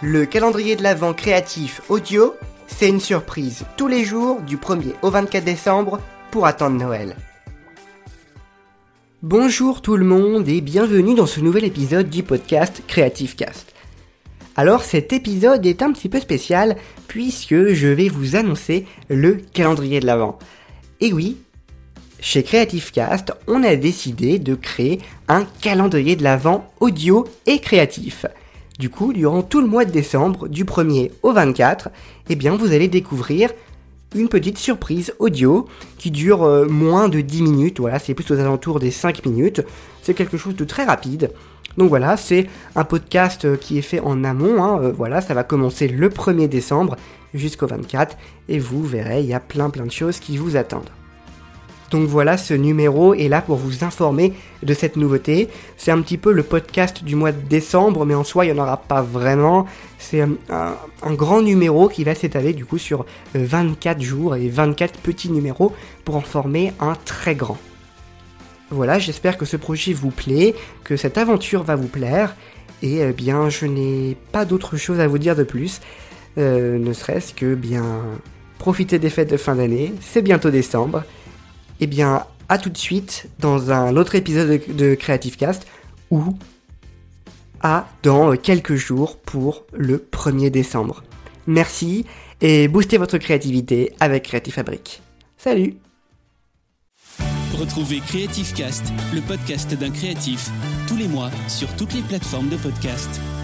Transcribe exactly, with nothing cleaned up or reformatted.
Le calendrier de l'Avent créatif audio, c'est une surprise tous les jours du premier au vingt-quatre décembre pour attendre Noël. Bonjour tout le monde et bienvenue dans ce nouvel épisode du podcast Creative Cast. Alors cet épisode est un petit peu spécial puisque je vais vous annoncer le calendrier de l'Avent. Et oui, chez Creative Cast, on a décidé de créer un calendrier de l'Avent audio et créatif. Du coup, durant tout le mois de décembre, du premier au vingt-quatre, eh bien vous allez découvrir une petite surprise audio qui dure euh, moins de dix minutes, voilà, c'est plus aux alentours des cinq minutes, c'est quelque chose de très rapide. Donc voilà, c'est un podcast euh, qui est fait en amont, hein, euh, voilà, ça va commencer le premier décembre jusqu'au vingt-quatre, et vous verrez, il y a plein plein de choses qui vous attendent. Donc voilà, ce numéro est là pour vous informer de cette nouveauté. C'est un petit peu le podcast du mois de décembre, mais en soi, il n'y en aura pas vraiment. C'est un, un, un grand numéro qui va s'étaler du coup sur vingt-quatre jours et vingt-quatre petits numéros pour en former un très grand. Voilà, j'espère que ce projet vous plaît, que cette aventure va vous plaire. Et eh bien, je n'ai pas d'autre chose à vous dire de plus. Euh, ne serait-ce que bien profitez des fêtes de fin d'année, c'est bientôt décembre. Eh bien, à tout de suite dans un autre épisode de, de Creative Cast ou à dans quelques jours pour le premier décembre. Merci et boostez votre créativité avec Creative Fabric. Salut! Retrouvez Creative Cast, le podcast d'un créatif, tous les mois sur toutes les plateformes de podcast.